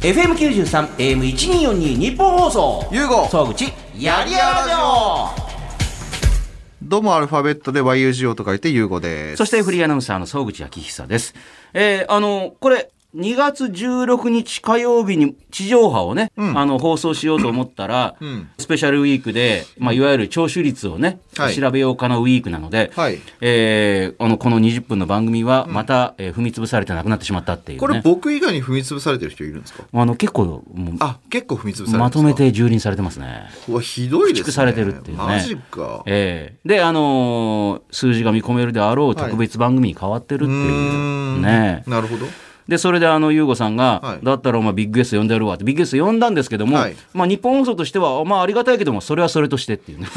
FM93 AM1242 日本放送ゆうご総口やりやらじょどうもアルファベットで YUGO と書いてゆうごです。 そしてフリーアナウンサーの総口昭久です。これ2月16日火曜日に地上波をね、放送しようと思ったら、スペシャルウィークで、いわゆる聴取率をね、調べようかなウィークなので、この20分の番組はまた、踏み潰されてなくなってしまったっていうね。 これ僕以外に踏み潰されてる人いるんですか？ 結構結構踏み潰されてるんですか？ まとめて蹂躙されてますね。 うわ、ひどいですね。 駆逐されてるっていうね。 マジか。 で、数字が見込めるであろう特別番組に変わってるっていうね。 なるほど。 でそれでゆうごさんが、だったらお前ビッグゲスト呼んでやるわってビッグゲスト呼んだんですけども、日本放送としてはありがたいけどもそれはそれとしてっていうね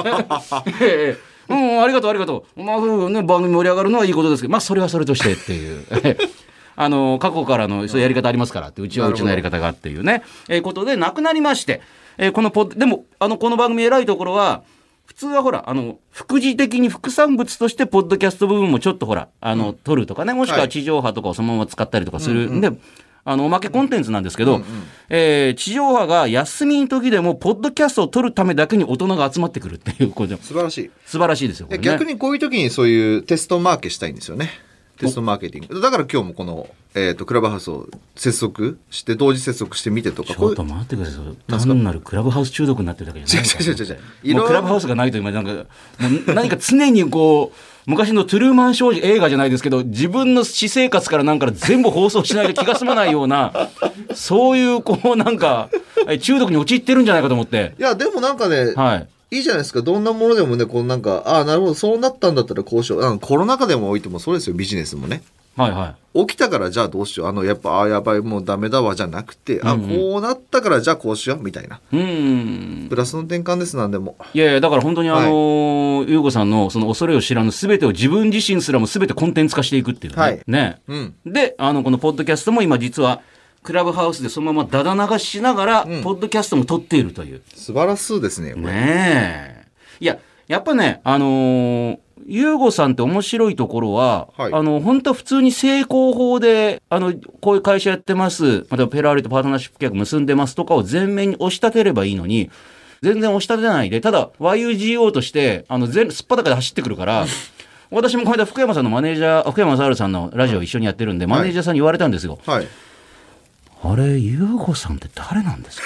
ありがとうありがとう、番組盛り上がるのはいいことですけどそれはそれとしてっていう過去からのそういうやり方ありますからってうちはうちのやり方がっていうねことでなくなりまして、でもこの番組偉いところは普通はほら副次的に副産物としてポッドキャスト部分もちょっとほら撮るとかね、もしくは地上波とかをそのまま使ったりとかするんで、おまけコンテンツなんですけど、地上波が休みの時でもポッドキャストを撮るためだけに大人が集まってくるっていうこと素晴らしい。 素晴らしいですよこれね。 逆にこういう時にそういうテストマーケしたいんですよね。テストマーケティングだから今日もこの、クラブハウスを接続して同時接続してみてとか。 ちょっと待ってください。単なるクラブハウス中毒になってるだけじゃないもうクラブハウスがないと今もう何か常に昔のトゥルーマンショー映画じゃないですけど自分の私生活から全部放送しないと気が済まないようなそういう中毒に陥ってるんじゃないかと思って。 いやでもね、いいじゃないですか。どんなものでもね、なるほど、そうなったんだったらこうしよう。コロナ禍でもおいてもそうですよ、ビジネスもね。起きたからじゃあどうしよう。やばい、もうダメだわじゃなくて、こうなったからじゃあこうしようみたいな。プラスの転換です、なんでも。 いやいや、だから本当にゆうごさんのその恐れを知らぬ全てを自分自身すらも全てコンテンツ化していくっていうね。で、このポッドキャストも今実は、クラブハウスでそのままだだ流ししながら、ポッドキャストも撮っているという。 素晴らしいですね。 ねえ。いや、やっぱね、ゆうごさんって面白いところは、本当は普通に成功法で、こういう会社やってます、またフェラーリとパートナーシップ契約結んでますとかを前面に押し立てればいいのに、全然押し立てないで、ただ YUGO として、すっぱだかで走ってくるから、私もこの間福山さんのマネージャー、福山雅治さんのラジオ一緒にやってるんで、マネージャーさんに言われたんですよ。あれ、ゆうごさんって誰なんですか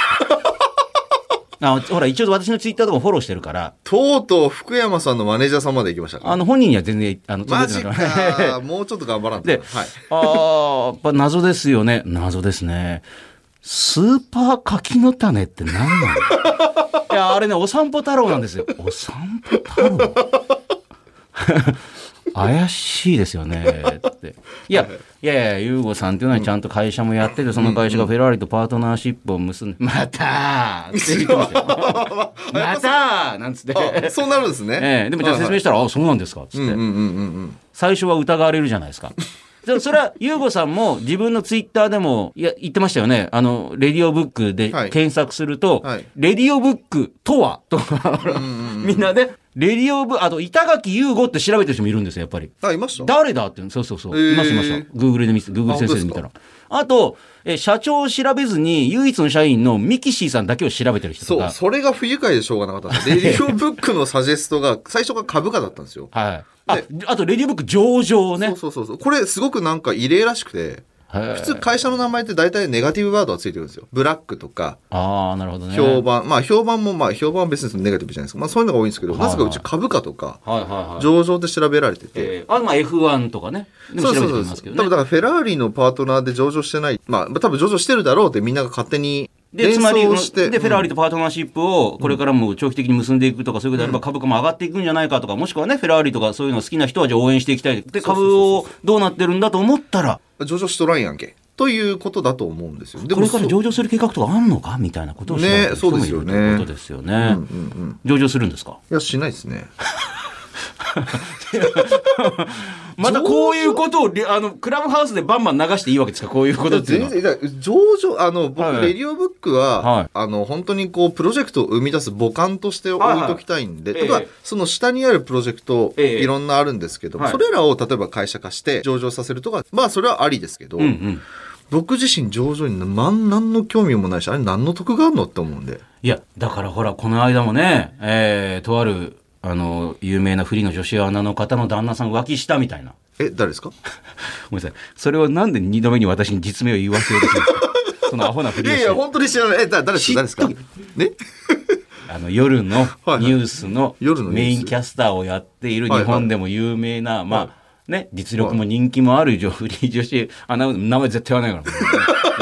ほら、一応私のツイッターとかもフォローしてるから。 とうとう福山さんのマネージャーさんまで行きましたか？ 本人には全然、 マジかもうちょっと頑張らんと。 で、やっぱ謎ですよね。謎ですね。スーパー柿の種って何なの？いや、あれね、お散歩太郎なんですよ。お散歩太郎怪しいですよねって。いやゆうごさんっていうのはちゃんと会社もやってて、その会社がフェラーリとパートナーシップを結んで、またーって言ってましたよ。またーなんつって。 そうなるんですね。 でもじゃあ説明したら、そうなんですかっつって。最初は疑われるじゃないですか。それはゆうごさんも自分のツイッターでも言ってましたよね。レディオブックで検索すると、レディオブックとはとかみんなでレディオブ板垣優吾って調べてる人もいるんですよやっぱり。 いました。 誰だっていました。Google でGoogle 先生で見たら。あと社長を調べずに唯一の社員のミキシーさんだけを調べてる人とか。 それが不愉快でしょうがなかったんです。レディオブックのサジェストが最初が株価だったんですよ。あとレディオブック上場ね。 そうこれすごく異例らしくて、普通会社の名前って大体ネガティブワードがついてるんですよ。ブラックとかなるほどね。 評判も評判は別にネガティブじゃないですか。そういうのが多いんですけど、なぜかうち株価とか上場で調べられてて、 F1 とかね。でも調べてみますけどね。 多分だからフェラーリのパートナーで上場してない、多分上場してるだろうってみんなが勝手に連想して、 フェラーリとパートナーシップをこれからも長期的に結んでいくとか、そういうことであれば株価も上がっていくんじゃないかとか、もしくはねフェラーリとかそういうの好きな人はじゃあ応援していきたいで、株をどうなってるんだと思ったら上場しとらんやんけということだと思うんですよ。 でもこれから上場する計画とかあんのかみたいなことを調べてる人もいるということですよね。上場するんですか？ いや、しないですね。 またこういうことをクラブハウスでバンバン流していいわけですか？こういうことっていうのは。 全然上場僕、レディオブックは、本当にプロジェクトを生み出す母艦として置いときたいんで、とかその下にあるプロジェクト、いろんなあるんですけど、それらを例えば会社化して上場させるとか、それはありですけど、 僕自身上場に何の興味もないし、あれ何の得があるのって思うんで。 いやだからほらこの間もね、とある有名なフリーの女子アナの方の旦那さん浮気したみたいな。 誰ですか？ ごめんなさい。それをなんで2度目に私に実名を言わせようとするんですか？そのアホなフリーをして。 いや本当に知らない。誰ですか？ね？ 夜のニュースのメインキャスターをやっている日本でも有名な、まあね、実力も人気もあるフリー女子アナ、名前絶対言わないから。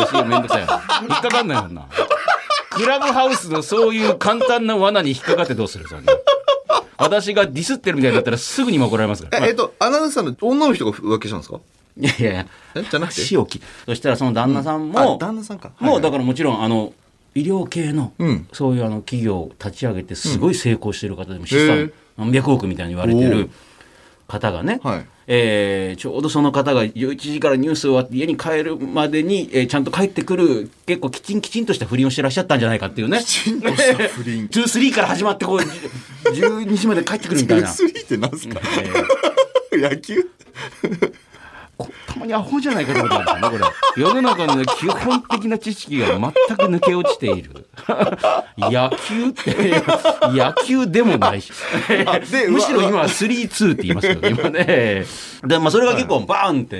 女子めんどくさいよ。引っかかんないもんな。クラブハウスのそういう簡単な罠に引っかかってどうするそれ。私がディスってるみたいだったらすぐにも怒られますから。 アナウンサーの女の人が浮気したんですか？ いやいやいや。 じゃなくて。 仕置き。そしたらその旦那さんも、 旦那さんか。 もうだからもちろん医療系の、そういう企業を立ち上げてすごい成功している方でも資産何百億みたいに言われてる方がね、ちょうどその方が11時からニュース終わって家に帰るまでに、ちゃんと帰ってくる結構きちんとした不倫をしてらっしゃったんじゃないかっていうね。 きちんとした不倫。 2、3から始まってこう12時まで帰ってくるみたいな。 2、3って何すか？野球たまにアホじゃないかと思ったんですよね、これ。世の中の、ね、基本的な知識が全く抜け落ちている。野球って野球でもないし。むしろ今は 3-2 って言いますけど、今ね。で、それが結構バーンって、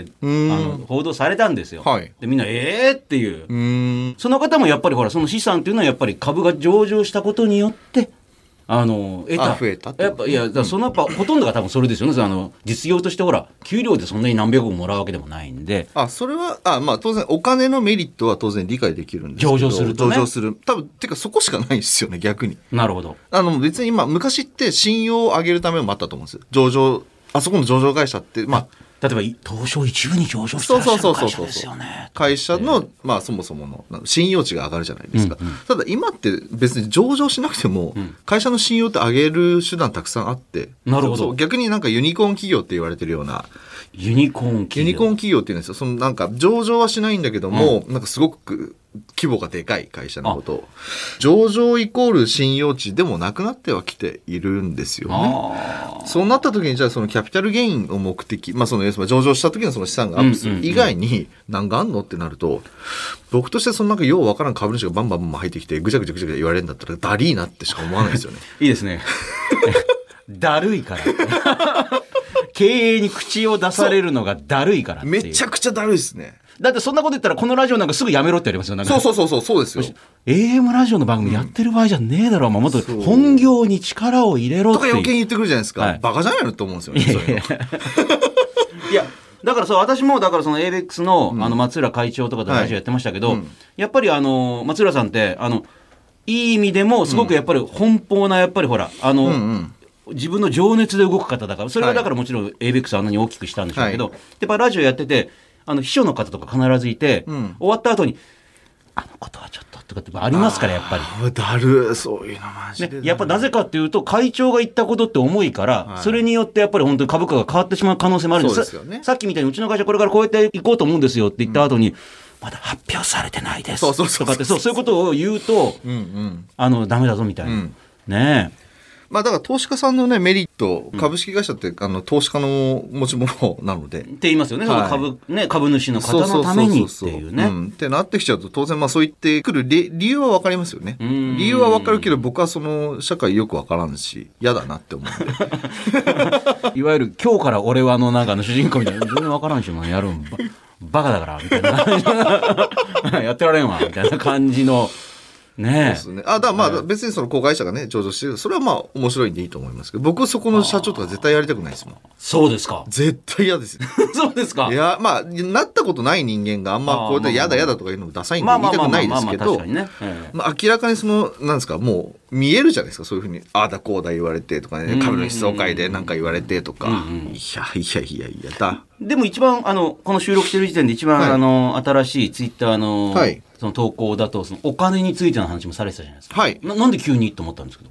報道されたんですよ。で、みんな、っていう。その方もやっぱりほら、その資産っていうのはやっぱり株が上場したことによって、増えたって。やっぱいやそのやっぱほとんどが多分それですよね。実業としてほら給料でそんなに何百億もらうわけでもないんで。 それはまあ当然お金のメリットは当然理解できるんですけど、 上場するとね。 上場する多分てかそこしかないですよね逆に。 なるほど。 別に昔って信用を上げるためもあったと思うんです。上場そこの上場会社って例えば東証一部に上場してらっしゃる会社ですよね。 会社の、そもそもの信用値が上がるじゃないですか。ただ今って別に上場しなくても、会社の信用って上げる手段たくさんあって。 なるほど。 逆になんかユニコーン企業って言われてるような。 ユニコーン企業って言うんですよ。なんか上場はしないんだけども、なんかすごく規模がでかい会社のことを。上場イコール信用値でもなくなってはきているんですよね。そうなった時にじゃあそのキャピタルゲインを目的、上場した時のその資産がアップする以外に何があんのってなると、僕としてそのなんかようわからん株主がバンバン入ってきてぐちゃぐちゃ言われるんだったらダリーなってしか思わないですよね。 いいですね。だるいから。経営に口を出されるのがだるいからっていう。 めちゃくちゃだるいですね。 だってそんなこと言ったらこのラジオなんかすぐやめろって言われますよ。なんかそうですよ。 AM ラジオの番組やってる場合じゃねえだろ、もっと本業に力を入れろって。とか余計に言ってくるじゃないですか。バカじゃないのと思うんですよね。 いやだから私もだからその ABEX の松浦会長とかとラジオやってましたけど、やっぱり松浦さんっていい意味でもすごくやっぱり奔放なやっぱりほら自分の情熱で動く方だから、それはだからもちろん ABEX あんなに大きくしたんでしょうけど、やっぱラジオやってて秘書の方とか必ずいて、終わった後にことはちょっととかってありますから、やっぱりだるそういうのマジで、 やっぱなぜかっていうと会長が言ったことって重いから、それによってやっぱり本当に株価が変わってしまう可能性もあるんです。さっきみたいにうちの会社これからこうやっていこうと思うんですよって言った後に、まだ発表されてないですとかってそういうことを言うとダメだぞみたいな、ねえ。 だから投資家さんのねメリット、株式会社って投資家の持ち物なのでって言いますよね。株主の方のためにっていうね。 ってなってきちゃうと当然そう言ってくる理由は分かりますよね。理由は分かるけど僕はその社会よく分からんし嫌だなって思うんで。 いわゆる今日から俺はなんか主人公みたいな全然分からんしやるんバカだからみたいなやってられんわみたいな感じの。ねえ。 そうですね。だから別にその子会社がね上場してる、それは面白いんでいいと思いますけど、僕そこの社長とか絶対やりたくないですもん。 そうですか。 絶対嫌ですよ。 そうですか。 いやなったことない人間があんまこうやって嫌だとか言うのもダサいんで言いたくないですけど、明らかになんですかもう見えるじゃないですか、そういうふうにああだこうだ言われてとかね、株主総会でなんか言われてとか、いやだ。でも一番この収録してる時点で一番新しいツイッターのその投稿だとそのお金についての話もされてたじゃないですか。なんで急にと思ったんですけどこれ。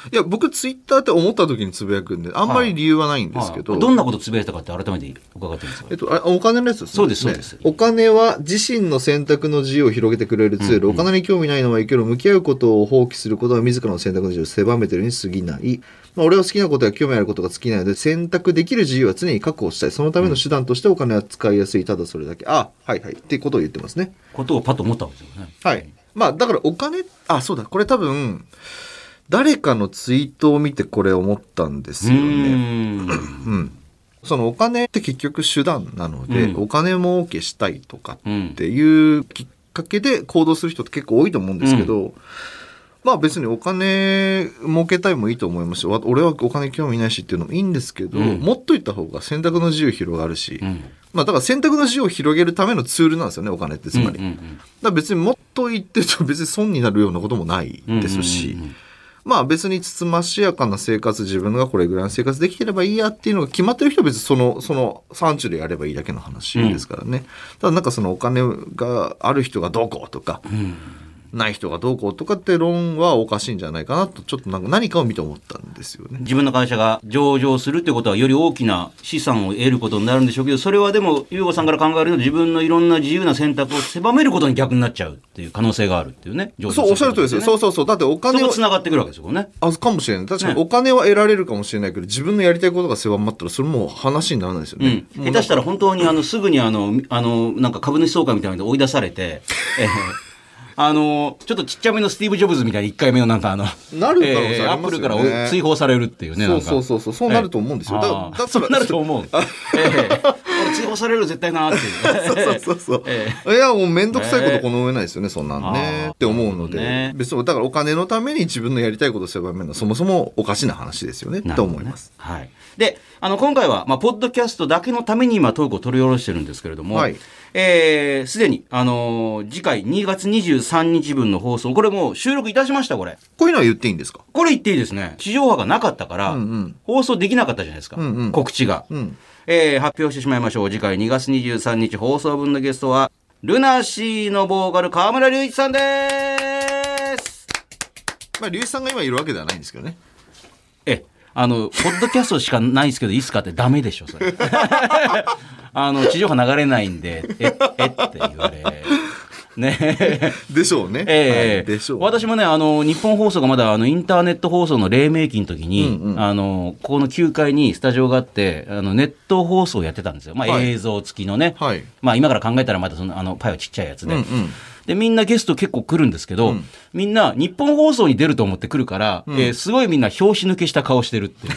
いや、僕ツイッターって思った時につぶやくんで、あんまり理由はないんですけど。 どんなことつぶやいたかって改めて伺っていいですか？ お金のやつですね。 そうです、そうです。 お金は自身の選択の自由を広げてくれるツール。お金に興味ないのはいいけど、向き合うことを放棄することは自らの選択の自由を狭めてるに過ぎない。俺は好きなことや興味あることが好きなので、選択できる自由は常に確保したい。そのための手段としてお金は使いやすい。ただそれだけ。はいはい。っていうことを言ってますね。 ことをパッと思ったんですよね。 はい。だからお金、そうだ、これ多分、誰かのツイートを見てこれ思ったんですよね。そのお金って結局手段なので、お金儲けしたいとかっていうきっかけで行動する人って結構多いと思うんですけど、別にお金儲けたいもいいと思いますし、俺はお金興味ないしっていうのもいいんですけど、もっと言った方が選択の自由広がるし、だから選択の自由を広げるためのツールなんですよね、お金ってつまり。だから別にもっと言ってると別に損になるようなこともないですし、別につつましやかな生活、自分がこれぐらいの生活できてればいいやっていうのが決まってる人は別にその範疇でやればいいだけの話ですからね。ただなんかそのお金がある人がどうこうとか、ない人がどうこうとかって論はおかしいんじゃないかなと、ちょっと何かを見て思ったんですよね。 自分の会社が上場するということはより大きな資産を得ることになるんでしょうけど、それはでも優吾さんから考えると自分のいろんな自由な選択を狭めることに逆になっちゃうっていう可能性があるっていうね。 そうおっしゃるとりですよ。そうだってお金はそこつながってくるわけですよね。 かもしれない。確かにお金は得られるかもしれないけど、自分のやりたいことが狭まったらそれもう話にならないですよね。 下手したら本当にすぐになんか株主総会みたいなので追い出されて。ちょっとちっちゃめのスティーブ・ジョブズみたいな1回目のなる可能性ありますよね。アップルから追放されるっていうね。 そうなると思うんですよ。 そうなると思う。追放される絶対なっていう。 いやもうめんどくさいことこの上ないですよね、そんなんねって思うので、別にだからお金のために自分のやりたいことを狭めるのはそもそもおかしな話ですよねと思います。 はい。で、今回はポッドキャストだけのために今トークを取り下ろしてるんですけれども、すでに次回2月23日分の放送、これもう収録いたしました。こういうのは言っていいんですか？ これ言っていいですね。地上波がなかったから、放送できなかったじゃないですか、告知が、発表してしまいましょう。次回2月23日放送分のゲストはルナシーのボーカル川村隆一さんです。 隆一さんが今いるわけではないんですけどね。 ポッドキャストしかないですけどいいっすかってダメでしょそれ。地上波流れないんでって言われね。 でしょうね。 でしょう。私もね日本放送がまだインターネット放送の黎明期の時に、ここの9階にスタジオがあってネット放送をやってたんですよ。映像付きのね、今から考えたらまだそのパイはちっちゃいやつで。でみんなゲスト結構来るんですけど、みんな日本放送に出ると思って来るから、すごいみんな拍子抜けした顔してるっていう。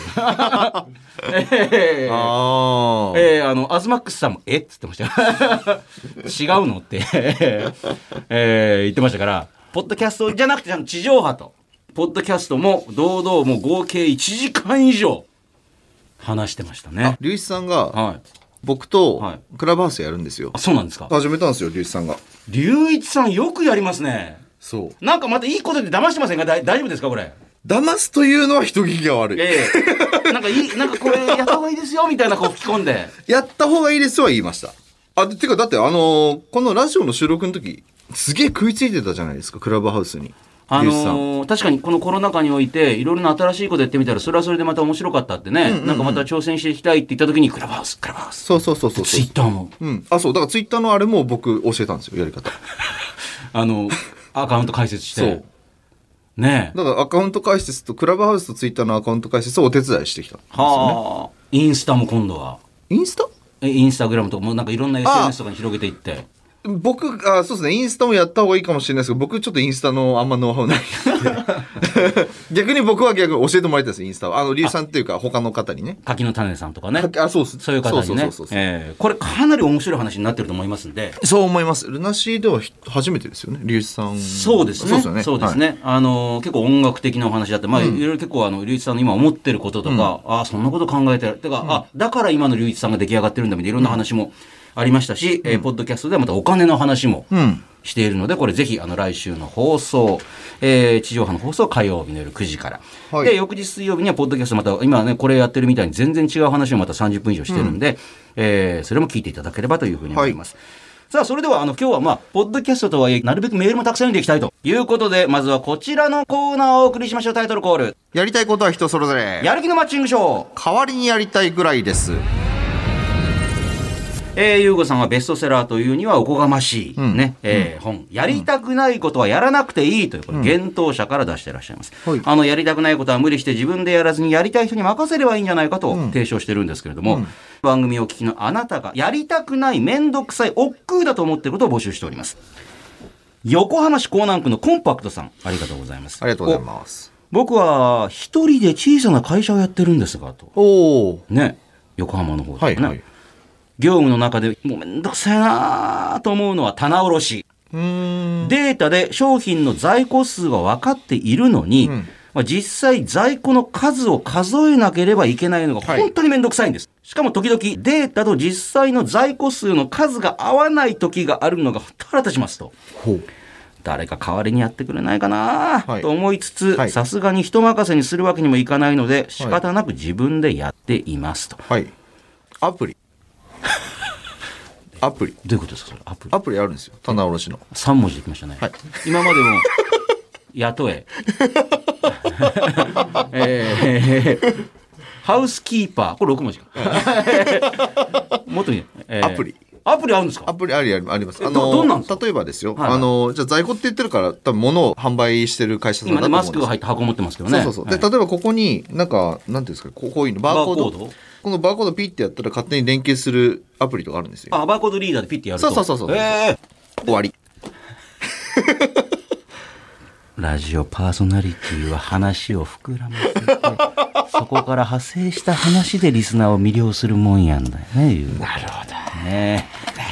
アズマックスさんもっつってました違うのって言ってましたから、ポッドキャストじゃなくて地上波とポッドキャストも堂々もう合計1時間以上話してましたね。 隆一さんが、僕とクラブハウスやるんですよ。 そうなんですか。 始めたんですよ、隆一さんが。 隆一さんよくやりますね。 そう。 なんかまたいいことで騙してませんか？大丈夫ですかこれ。 騙すというのは人聞きが悪い。 なんかこれやった方がいいですよみたいな吹き込んで。 やった方がいいですよは言いました。てかだってこのラジオの収録の時すげえ食いついてたじゃないですか、クラブハウスに。 確かにこのコロナ禍においていろいろな新しいことやってみたらそれはそれでまた面白かったってね、なんかまた挑戦していきたいって言った時にクラブハウスそうツイッターもそうだからツイッターのあれも僕教えたんですよ、やり方。 アカウント開設してそうね。 だからアカウント開設とクラブハウスとツイッターのアカウント開設をお手伝いしてきたんですよね。 インスタも今度はインスタグラムとかもなんかいろんな SNS とかに広げていって。 僕そうですね、インスタもやった方がいいかもしれないですけど、僕ちょっとインスタのあんまノウハウない逆に僕は教えてもらいたいです、インスタは。リュウさんっていうか他の方にね、 柿の種さんとかね、 そういう方にね、これかなり面白い話になってると思いますんで。 そう思います。ルナシーでは初めてですよね、リュウさん。 そうですね、そうですね、結構音楽的なお話だって、いろいろ結構リュウイチさんの今思ってることとか、そんなこと考えてるてか、だから今のリュウイチさんが出来上がってるんだみたいないろんな話もありましたし、ポッドキャストではまたお金の話もしているので、これぜひ来週の放送、地上波の放送火曜日の夜9時から、で翌日水曜日にはポッドキャストまた今ねこれやってるみたいに全然違う話をまた30分以上してるんで、それも聞いていただければというふうに思います。 さあそれでは今日はポッドキャストとはいえなるべくメールもたくさん読んでいきたいということで、まずはこちらのコーナーをお送りしましょう。タイトルコール、 やりたいことは人それぞれ、 やる気のマッチングショー。 代わりにやりたいぐらいです。 ゆうごさんはベストセラーというにはおこがましい、ね本、やりたくないことはやらなくていいという、これ幻冬者から出していらっしゃいます、やりたくないことは無理して自分でやらずにやりたい人に任せればいいんじゃないかと提唱してるんですけれども、番組を聞きのあなたがやりたくない、めんどくさい、億劫だと思っていることを募集しております。横浜市港南区のコンパクトさん、ありがとうございます。 ありがとうございます。 僕は一人で小さな会社をやってるんですがと、ね、横浜の方でね、業務の中でもうめんどくさいなと思うのは棚卸し。データで商品の在庫数は分かっているのに、実際在庫の数を数えなければいけないのが本当にめんどくさいんです。しかも時々データと実際の在庫数の数が合わない時があるのが腹立ちますと。誰か代わりにやってくれないかなと思いつつ、さすがに人任せにするわけにもいかないので、仕方なく自分でやっていますと。 アプリアプリどういうことですかそれ。 アプリあるんですよ、棚卸しの。 3文字できましたね、今までも雇えハウスキーパー、これ6文字かもっといい、アプリあるんですか。 アプリあります。 どんなんですか。 例えばですよ、じゃあ在庫って言ってるから多分物を販売してる会社さんだと思うんです。 今ねマスクが入って箱持ってますけどね。 で例えばここになんていうんですか、こういうのバーコード、このバーコードピッてやったら勝手に連携するアプリとかあるんですよ。 バーコードリーダーでピッてやると。 そう終わり。 ラジオパーソナリティは話を膨らませてそこから派生した話でリスナーを魅了するもんやんだよね。 なるほどね。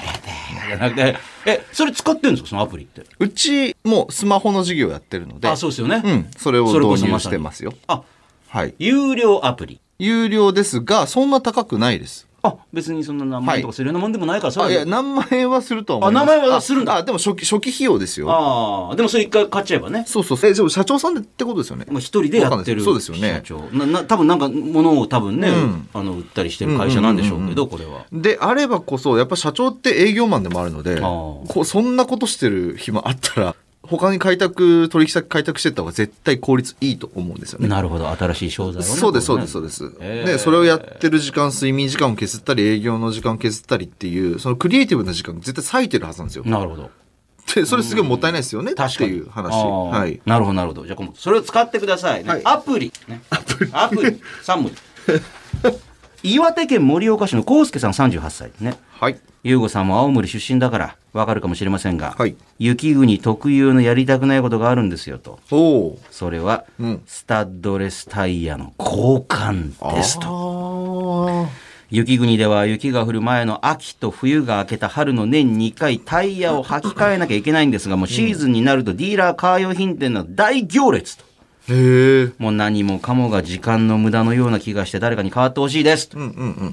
それ使ってるんですかそのアプリって。 うちもスマホの事業やってるので。 そうですよね。 それを導入してますよ。 有料アプリ。 有料ですがそんな高くないです。 別にそんな何万円とかするようなもんでもないから、 いや何万円はするとは思います。 何万円はするんだ。 でも初期費用ですよ。 でもそれ一回買っちゃえばね。 そうでも社長さんってことですよね。 一人でやってる。 そうですよね。 社長多分なんか物を多分ね、売ったりしてる会社なんでしょうけど、これはであればこそやっぱ社長って営業マンでもあるので、そんなことしてる暇あったら他に取引先開拓していった方が絶対効率いいと思うんですよね。 なるほど。新しい商材をね。 そうです。でそれをやってる時間、睡眠時間を削ったり営業の時間を削ったりっていうそのクリエイティブな時間絶対割いてるはずなんですよ。 なるほど。 でそれすごいもったいないですよねっていう話。 なるほど。じゃあそれを使ってください、アプリ3文字岩手県盛岡市の康介さん38歳ね。ゆうごさんも青森出身だからわかるかもしれませんが、雪国特有のやりたくないことがあるんですよと。それは、スタッドレスタイヤの交換ですと。雪国では雪が降る前の秋と冬が明けた春の年2回タイヤを履き替えなきゃいけないんですが、もうシーズンになるとディーラーカー用品店の大行列と。もう何もかもが時間の無駄のような気がして誰かに変わってほしいですと。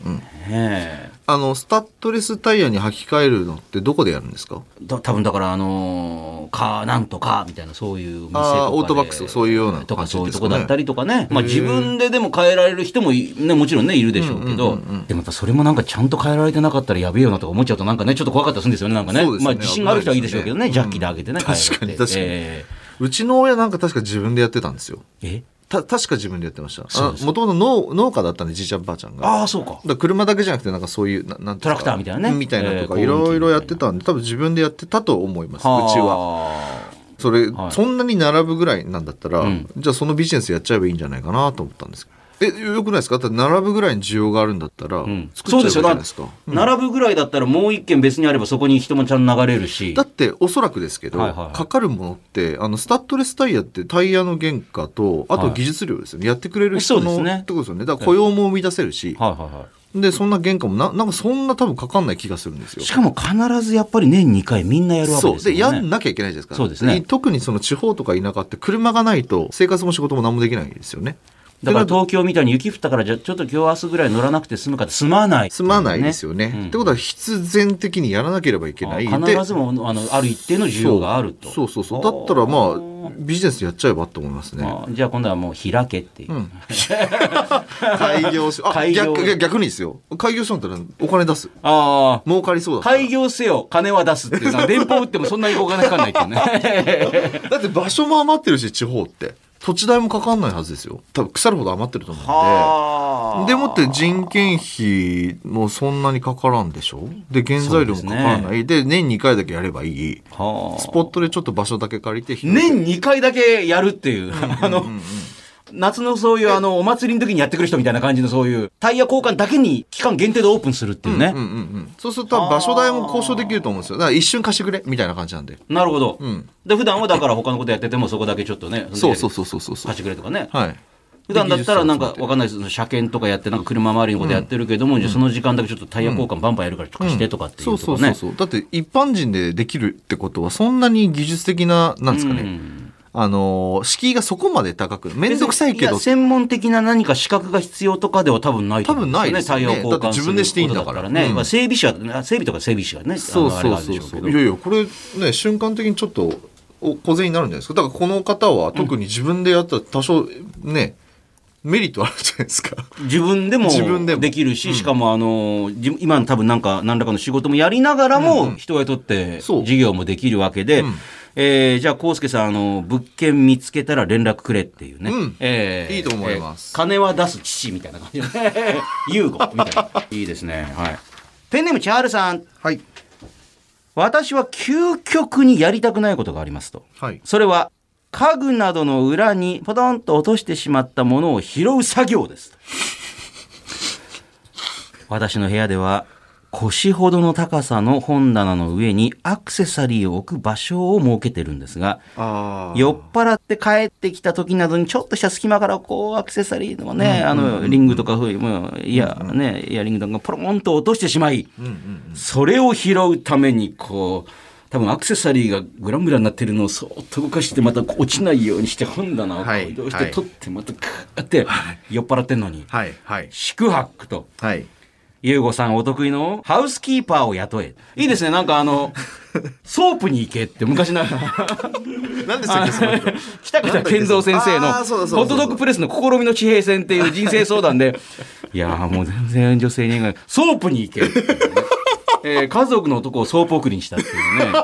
スタッドレスタイヤに履き替えるのってどこでやるんですか。 多分だからなんとかみたいなそういう店とかオートバックスそういうようなとかそういうとこだったりとかね。自分ででも変えられる人もねもちろんねいるでしょうけど、でもやっぱそれもなんかちゃんと変えられてなかったらやべえよなとか思っちゃうとなんかねちょっと怖かったりするんですよね。なんかね自信がある人はいいでしょうけどね、ジャッキで上げてね。 確かにうちの親なんか確か自分でやってたんですよ。確か自分でやってました。もともと農家だったんでじいちゃんばあちゃんが。 そうか。 だ車だけじゃなくてなんかそういうなんトラクターみたいなねみたいなとかいろいろやってたんで多分自分でやってたと思います。うちはそれ、そんなに並ぶぐらいなんだったら、じゃあそのビジネスやっちゃえばいいんじゃないかなと思ったんですけど。よくないですか。だって並ぶぐらいに需要があるんだったら、作っちゃえばいいじゃないですか。 並ぶぐらいだったらもう一軒別にあればそこに人もちゃんと流れるし。 だっておそらくですけど、かかるものってスタッドレスタイヤってタイヤの原価とあと技術料ですよね。やってくれる人のってことですよね。だから雇用も生み出せるし。でそんな原価もなんかそんな多分かかんない気がするんですよ。 しかも必ずやっぱり年2回みんなやるわけですよね。 でやんなきゃいけないじゃないですか。 そうですね。 特にその地方とか田舎って車がないと生活も仕事も何もできないですよね。 だから東京みたいに雪降ったからじゃちょっと今日明日ぐらい乗らなくて済むかって済まないですよね。ってことは必然的にやらなければいけない。 必ずもある一定の需要があると。 そうだったらビジネスやっちゃえばと思いますね。 じゃあ今度はもう開けっていう、 開業し逆にですよ、開業しようったらお金出す、儲かりそうだ開業せよ金は出すっていうのは電報打ってもそんなにお金かかんないっていうねだって場所も余ってるし、地方って土地代もかかんないはずですよ。多分腐るほど余ってると思うんで。でもって人件費もそんなにかからんでしょ。で原材料もかからない。 で年2回だけやればいい。スポットでちょっと場所だけ借りて年2回だけやるっていう、夏のそういうお祭りの時にやってくる人みたいな感じのそういうタイヤ交換だけに期間限定でオープンするっていうね。 そうすると場所代も交渉できると思うんですよ。だから一瞬貸してくれみたいな感じなんで。 なるほど。で普段はだから他のことやっててもそこだけちょっとね、 そう貸してくれとかね。 はい。 普段だったらなんかわかんないです、車検とかやってなんか車周りのことやってるけども、じゃあその時間だけちょっとタイヤ交換バンバンやるから貸してとかっていうとかね。 そうだって一般人でできるってことはそんなに技術的ななんですかね。敷居がそこまで高くめんどくさいけど専門的な何か資格が必要とかでは多分ないと思うんですよね。タイヤを交換することだったらね。だって自分でしていいんだからね。整備士とか整備士がね、あれがあるでしょうけど。 いやこれね瞬間的にちょっと小銭になるんじゃないですか。だからこの方は特に自分でやったら多少ね、メリットあるじゃないですか。 自分でもできるし、しかも今多分何らかの仕事もやりながらも人を雇って事業もできるわけで、じゃあ康介さん物件見つけたら連絡くれっていうね、 いいと思います。 金は出す父みたいな感じで優吾みたいな。いいですね。はい。ペンネームチャールさん。 はい。 私は究極にやりたくないことがありますと。 はい。 それは家具などの裏にポトンと落としてしまったものを拾う作業です。私の部屋では腰ほどの高さの本棚の上にアクセサリーを置く場所を設けてるんですが、酔っ払って帰ってきた時などにちょっとした隙間からこうアクセサリーのね、リングとかイヤリングとかポロンと落としてしまい、それを拾うためにこう多分アクセサリーがグラングラになってるのをそーっと動かしてまた落ちないようにして本棚を移動して取ってまたクーって酔っ払ってんのに、四苦八苦と。ゆうごさんお得意のハウスキーパーを雇え。いいですね。なんかソープに行けって昔ながら何でしたっけその人北方健三先生のホットドッグプレスの試みの地平線っていう人生相談でいやもう全然女性に言えないソープに行けっていうね、家族の男をソープ送りにしたっていうね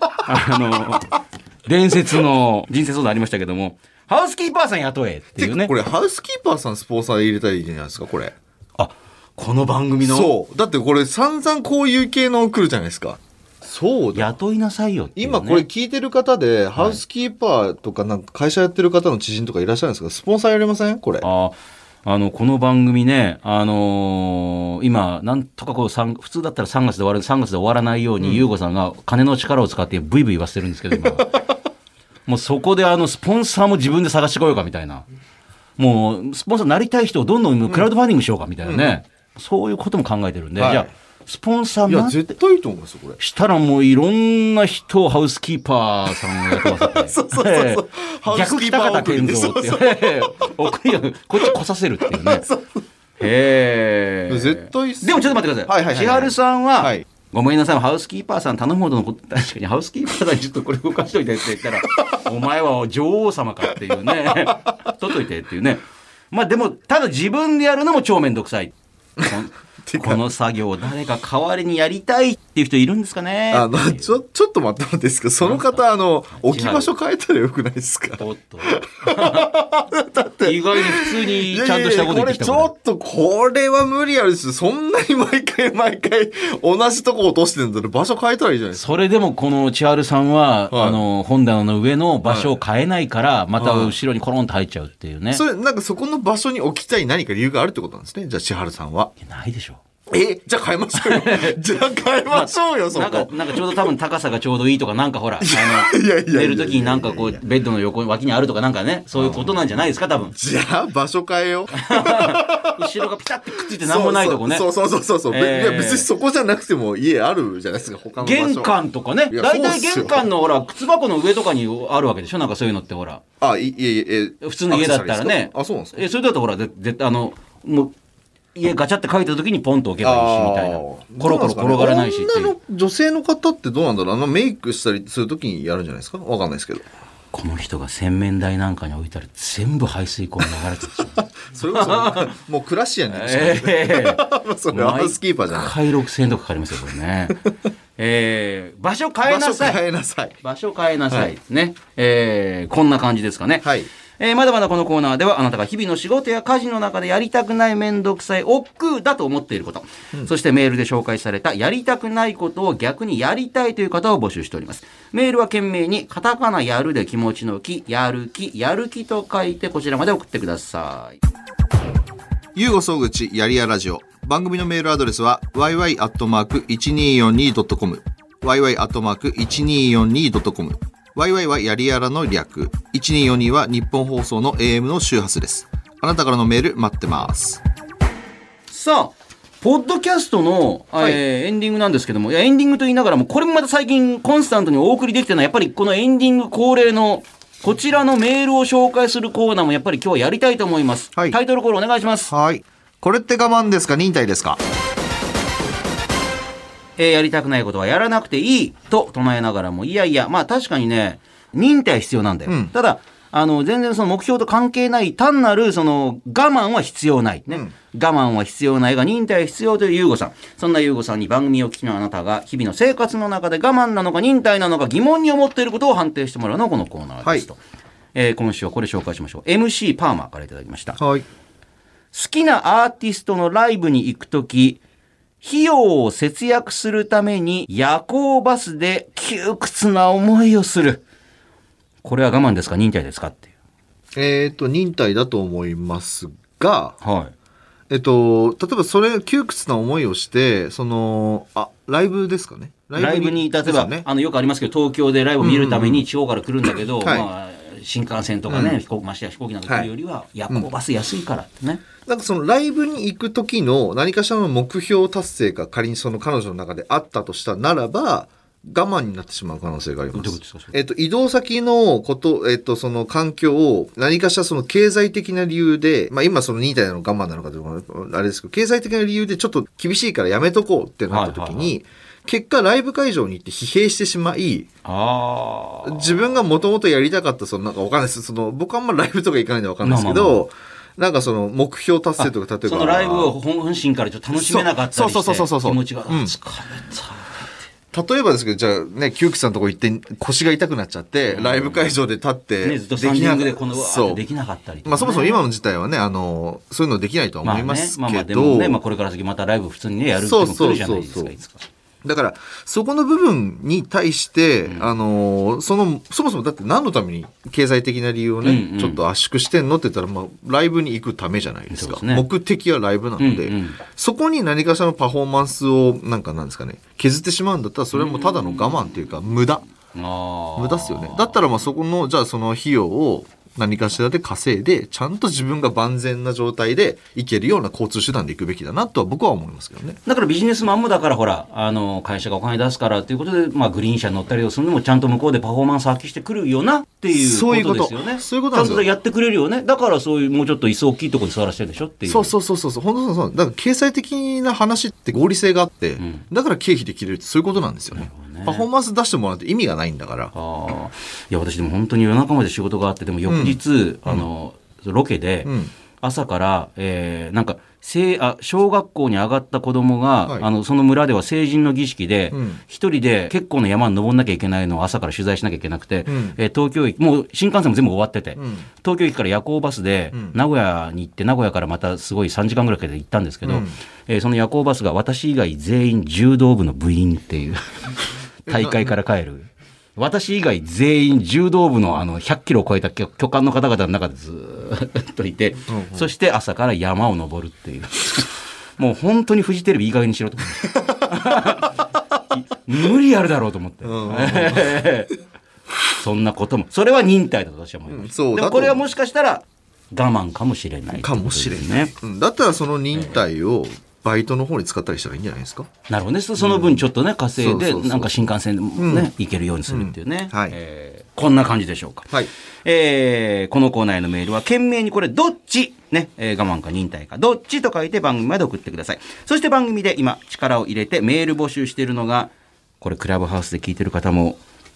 伝説の人生相談ありましたけども、ハウスキーパーさん雇えっていうね。 これハウスキーパーさんスポンサー入れたらいいじゃないですかこれ。 この番組のそうだってこれ散々こういう系の来るじゃないですか。そうだ雇いなさいよっていうね。 今これ聞いてる方で、ハウスキーパーとかなんか会社やってる方の知人とかいらっしゃるんですか。スポンサーやりませんこれ。 この番組ね、今なんとかこう普通だったら3月で終わらないように、優吾さんが金の力を使ってブイブイ言わせてるんですけど今もうそこでスポンサーも自分で探してこようかみたいな、もうスポンサーになりたい人をどんどんクラウドファンディングしようかみたいなね、そういうことも考えてるんで、じゃあスポンサーになって絶対いいと思いますよこれ。 したらもういろんな人をハウスキーパーさんを雇わせてそう逆北方健三っていうこっち来させるっていうね絶対でもちょっと待ってください。千春さんは、ごめんなさいハウスキーパーさん頼むほどのこと、確かにハウスキーパーさんにちょっとこれ動かしといてって言ったらお前は女王様かっていうね取っといてっていうね。まあでもただ自分でやるのも超めんどくさいこの作業を誰か代わりにやりたいっていう人いるんですかね。 ちょっと待ってもらっていいですか。その方置き場所変えたらよくないですか。 おっとだって意外に普通にちゃんとしたこと言ってきた。 ちょっとこれは無理あるです。そんなに毎回同じとこ落としてるんだら場所変えたらいいじゃないですか。 それでもこの千春さんは、本棚の上の場所を変えないから、また後ろにコロンと入っちゃうっていうね。 それなんかそこの場所に置きたい何か理由があるってことなんですね。じゃあ千春さんはないでしょ。 じゃあ変えましょうよじゃあ変えましょうよ、そこなんかちょうど多分高さがちょうどいいとかなんかほら寝るときになんかこうベッドの横脇にあるとかなんかね、そういうことなんじゃないですか多分。 じゃあ場所変えよう後ろがピタッてくっついてなんもないとこね。 そう、いや別にそこじゃなくても家あるじゃないですか他の場所。 玄関とかね、だいたい玄関のほら靴箱の上とかにあるわけでしょ、なんかそういうのってほら。普通の家だったらね。 そうなんですか。 それだとほらもう家ガチャって書いた時にポンと置けばいいしみたいな、コロコロ転がらないしっていう。 女性の方ってどうなんだろう。メイクしたりする時にやるんじゃないですか。わかんないですけど。 この人が洗面台なんかに置いたら全部排水溝に流れてるそれこそもうクラシアンに行くしかないですね、それハウスキーパーじゃない。 毎回6000円とかかかりますよこれね場所変えなさい。場所変えなさいね、こんな感じですかね。 はい。 まだまだこのコーナーではあなたが日々の仕事や家事の中でやりたくないめんどくさい億劫だと思っていること、そしてメールで紹介されたやりたくないことを逆にやりたいという方を募集しております。メールは懸命にカタカナやるで気持ちの気、やる気と書いてこちらまで送ってください。 ゆうご総口やりやラジオ。番組のメールアドレスは yy@1242.com yy@1242.com YY はやりやらの略。1242は日本放送の AM の周波数です。あなたからのメール待ってます。 さあ、ポッドキャストの、エンディングなんですけども、エンディングと言いながらも、これもまた最近コンスタントにお送りできてるのは、やっぱりこのエンディング恒例の、こちらのメールを紹介するコーナーもやっぱり今日はやりたいと思います。はい、タイトルコールお願いします。 はい。これって我慢ですか忍耐ですか？ やりたくないことはやらなくていいと唱えながらも、いやいや、まあ確かにね、忍耐必要なんだよ。ただ、全然その目標と関係ない単なるその我慢は必要ない。ね。我慢は必要ないが忍耐は必要というゆうごさん。そんなゆうごさんに番組を聞きのあなたが日々の生活の中で我慢なのか忍耐なのか疑問に思っていることを判定してもらうのがこのコーナーですと。今週はこれ紹介しましょう。MC パーマからいただきました。 はい。 好きなアーティストのライブに行くとき、費用を節約するために夜行バスで窮屈な思いをする。これは我慢ですか忍耐ですかっていう。忍耐だと思いますが、 はい。 例えばそれ窮屈な思いをして、ライブですかね。 ライブに、例えば、ね、よくありますけど、東京でライブを見るために地方から来るんだけど、まあ、新幹線とかね、ましてや飛行機なんか来るよりは、夜行バス安いからってね。 なんかそのライブに行く時の何かしらの目標達成が仮にその彼女の中であったとしたならば、我慢になってしまう可能性があります。移動先のこと、その環境を何かしらその経済的な理由で、まあ今その忍耐なのか我慢なのかというのはあれですけど、経済的な理由でちょっと厳しいからやめとこうってなった時に、結果ライブ会場に行って疲弊してしまい、自分がもともとやりたかったなんかわかんないです。僕はあんまライブとか行かないんでわかんないですけど、なんかその目標達成とか例えばそのライブを本心からちょっと楽しめなかったりして、 そう気持ちが、疲れた。例えばですけど、じゃあね、窮屈さんのとこ行って腰が痛くなっちゃって、ライブ会場で立って、 ね、ずっとスタンディングでこのできなかったり、ね。 まあそもそも今の事態はね、そういうのできないとは思いますけど。 まあでもね、これから先またライブ普通にね、やるっても来るじゃないですか、いつか。 だからそこの部分に対して、そもそもだって何のために経済的な理由をね、ちょっと圧縮してんのって言ったら、まあ、ライブに行くためじゃないですか。目的はライブなので、そこに何かしらのパフォーマンスをなんですかね、削ってしまうんだったらそれはもうただの我慢っていうか無駄っすよね。だったらまあそこのじゃあその費用を何かしらで稼いでちゃんと自分が万全な状態で行けるような交通手段で行くべきだなとは僕は思いますけどね。 だからビジネスマンもだからほら会社がお金出すからということで、まあ、グリーン車に乗ったりをするのもちゃんと向こうでパフォーマンス発揮してくるよなっていうことですよね。 そういうことなんですよ。 ちゃんとやってくれるよね。だからそういうもうちょっと椅子大きいところに座らせてるでしょっていう。 そう本当そう。だから経済的な話って合理性があって、だから経費で切れるってそういうことなんですよね。パフォーマンス出してもらうと意味がないんだから。 いや私でも本当に夜中まで仕事があってでも翌日、ロケで朝から、なんか小学校に上がった子供が、はい、その村では成人の儀式で一人で結構な山に登んなきゃいけないのを朝から取材しなきゃいけなくて、東京駅もう新幹線も全部終わってて、東京駅から夜行バスで名古屋に行って名古屋からまたすごい3時間ぐらいかけて行ったんですけど、その夜行バスが私以外全員柔道部の部員っていう大会から帰る。私以外全員柔道部の100キロを超えた巨漢の方々の中でずーっといて、そして朝から山を登るっていう。もう本当にフジテレビいい加減にしろと思って。無理あるだろうと思って。そんなことも。それは忍耐だと私は思います。でもこれはもしかしたら我慢かもしれない、 かもしれない。だったらその忍耐をバイトの方に使ったりしたらいいんじゃないですか。 なるほどね。その分ちょっとね稼いでなんか新幹線でもね、行けるようにするっていうね、こんな感じでしょうか。このコーナーへのメールは懸命にこれどっちね、我慢か忍耐かどっちと書いて番組まで送ってください。そして番組で今力を入れてメール募集しているのがこれクラブハウスで聞いてる方も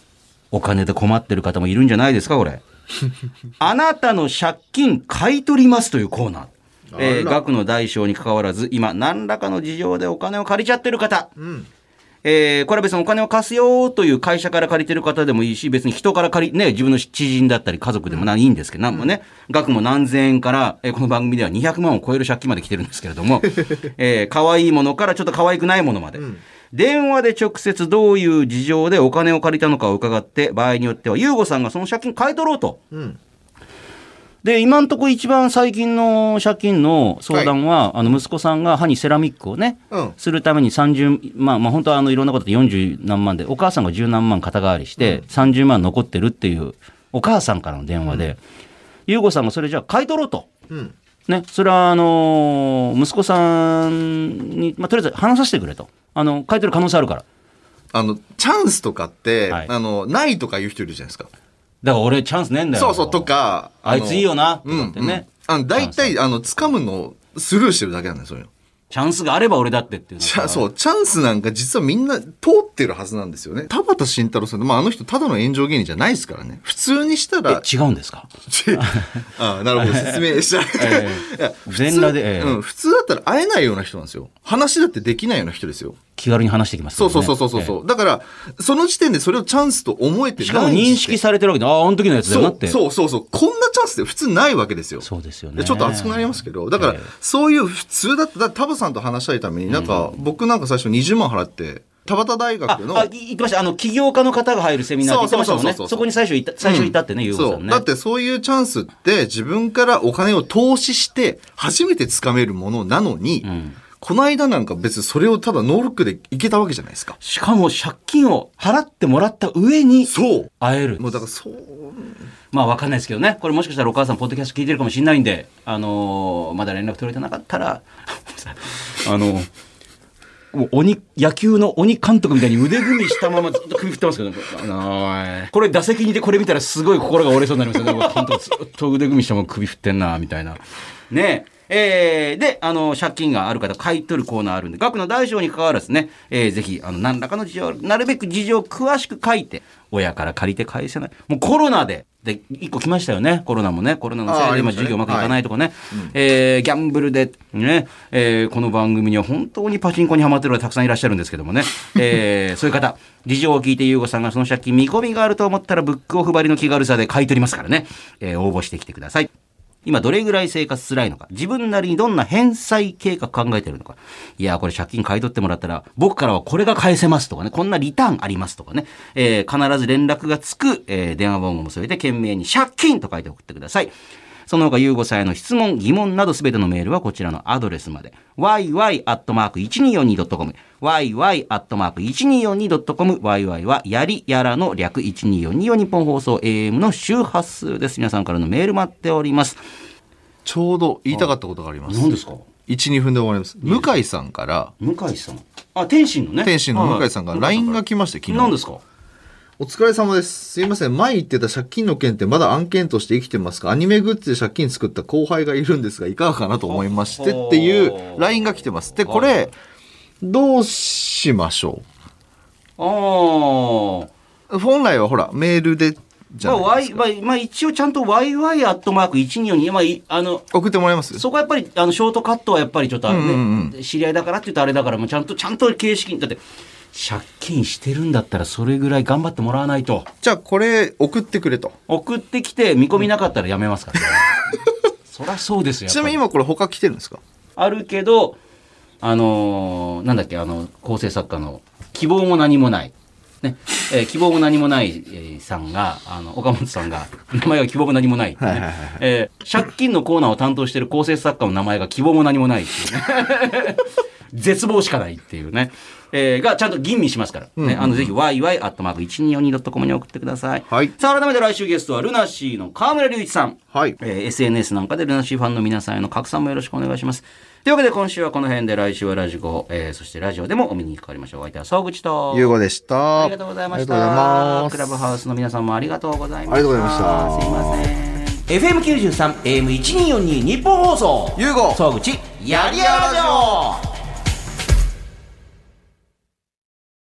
お金で困ってる方もいるんじゃないですか、これ。あなたの借金買い取りますというコーナー。額の大小に関わらず、今、何らかの事情でお金を借りちゃってる方。これは別にお金を貸すよという会社から借りてる方でもいいし、別に人から自分の知人だったり家族でもいいんですけど、なんもね、額も何千円から、この番組では200万を超える借金まで来てるんですけれども、可愛いものからちょっと可愛くないものまで。電話で直接どういう事情でお金を借りたのかを伺って、場合によっては、ゆうごさんがその借金買い取ろうと。で、今んとこ一番最近の借金の相談は、息子さんが歯にセラミックをね、するために30万、本当はいろんなことで40何万で、お母さんが10何万肩代わりして、30万残ってるっていう、お母さんからの電話で、ゆうごさんがそれじゃあ買い取ろうと。ね、それは息子さんに、とりあえず話させてくれと。買い取る可能性あるから。 チャンスとかって、ないとか言う人いるじゃないですか。 だから俺チャンスねえんだよ。 そうとか。 あいついいよな、とかってね。 大体、掴むのをスルーしてるだけなんだよ、そういうの。 チャンスがあれば俺だってっていう。 そう、チャンスなんか実はみんな通ってるはずなんですよね。田畑慎太郎さん、あの人ただの炎上芸人じゃないですからね。普通にしたら。 違うんですかなるほど、説明しちゃう。 全裸で、 普通だったら会えないような人なんですよ。話だってできないような人ですよ。 気軽に話してきます、 ね。そう。だから、その時点でそれをチャンスと思えてない。 しかも認識されてるわけで、あの時のやつだよなって。 そう。こんなチャンスって普通ないわけですよ。 そうですよね。 ちょっと熱くなりますけど、だから、そういう普通だったら、田畑さんと話したいために、僕なんか最初20万払って、田畑大学の。 言ってました。起業家の方が入るセミナーって言ってましたもんね。そこに最初行ったってね、ゆうごさんね。 だってそういうチャンスって自分からお金を投資して初めて掴めるものなのに、この間なんか別にそれをただノールックでいけたわけじゃないですか。 しかも借金を払ってもらった上に会える。 もうだからわかんないですけどね。これもしかしたらお母さんポッドキャスト聞いてるかもしれないんで、まだ連絡取れてなかったら、野球の鬼監督みたいに腕組みしたままずっと首振ってますけど、これ打席にいてこれ見たらすごい心が折れそうになりますよね。監督ずっと腕組みしたまま首振ってんな、みたいな。ねで、借金がある方、買い取るコーナーあるんで、額の大小に関わらずね、ぜひ、何らかの事情、なるべく事情を詳しく書いて、親から借りて返せない。もうコロナで、一個来ましたよね。コロナもね。コロナのせいで今授業うまくいかないとかね。ギャンブルで、ね、この番組には本当にパチンコにハマってる方たくさんいらっしゃるんですけどもね。そういう方、事情を聞いてゆうごさんがその借金見込みがあると思ったらブックオフ張りの気軽さで買い取りますからね。応募してきてください。今どれぐらい生活辛いのか、自分なりにどんな返済計画考えてるのか、いやこれ借金買い取ってもらったら僕からはこれが返せますとかね、こんなリターンありますとかね、必ず連絡がつく、電話番号も添えて懸命に借金と書いて送ってください。その他ゆうごさんへの質問疑問などすべてのメールはこちらのアドレスまで yy@1242.com yy@1242.com yy はやりやらの略1242日本放送 AM の周波数です。皆さんからのメール待っております。 ちょうど言いたかったことがあります。 何ですか ？1、2分で終わります。向井さんから。 向井さん。天心のね。 天心の向井さんが LINE が来まして、昨日。 何ですか？ お疲れ様です。すいません。前言ってた借金の件ってまだ案件として生きてますか？アニメグッズで借金作った後輩がいるんですが、いかがかなと思いましてっていう LINE が来てます。で、これ、どうしましょう？本来はほら、メールで、じゃないですか。 一応ちゃんと yy@1242、 送ってもらいます？ そこはやっぱり、ショートカットはやっぱりちょっとね、知り合いだからって言うとあれだから、もうちゃんと形式に、だって、借金してるんだったらそれぐらい頑張ってもらわないと。 じゃあこれ送ってくれと。 送ってきて見込みなかったらやめますから、そりゃそうですよ。 ちなみに今これ他来てるんですか？ あるけど、なんだっけ、構成作家の希望も何もない。ね、希望も何もない、さんが、岡本さんが、名前が希望も何もないっていうね。借金のコーナーを担当している構成作家の名前が希望も何もないっていうね。絶望しかないっていうね。がちゃんと吟味しますから。ね、ぜひ yy@1242.com に送ってください。 はい。 さあ、改めて来週ゲストはルナシーの川村隆一さん。 はい。 SNS なんかでルナシーファンの皆さんへの拡散もよろしくお願いします。というわけで今週はこの辺で、来週はラジコ、そしてラジオでもお見にかかりましょう。お相手は総口とゆうごでした。 ありがとうございました。 ありがとうございます。 クラブハウスの皆さんもありがとうございました。 ありがとうございました。 すいません。FM93 AM1242 日本放送ゆうご総口やりやらじょう。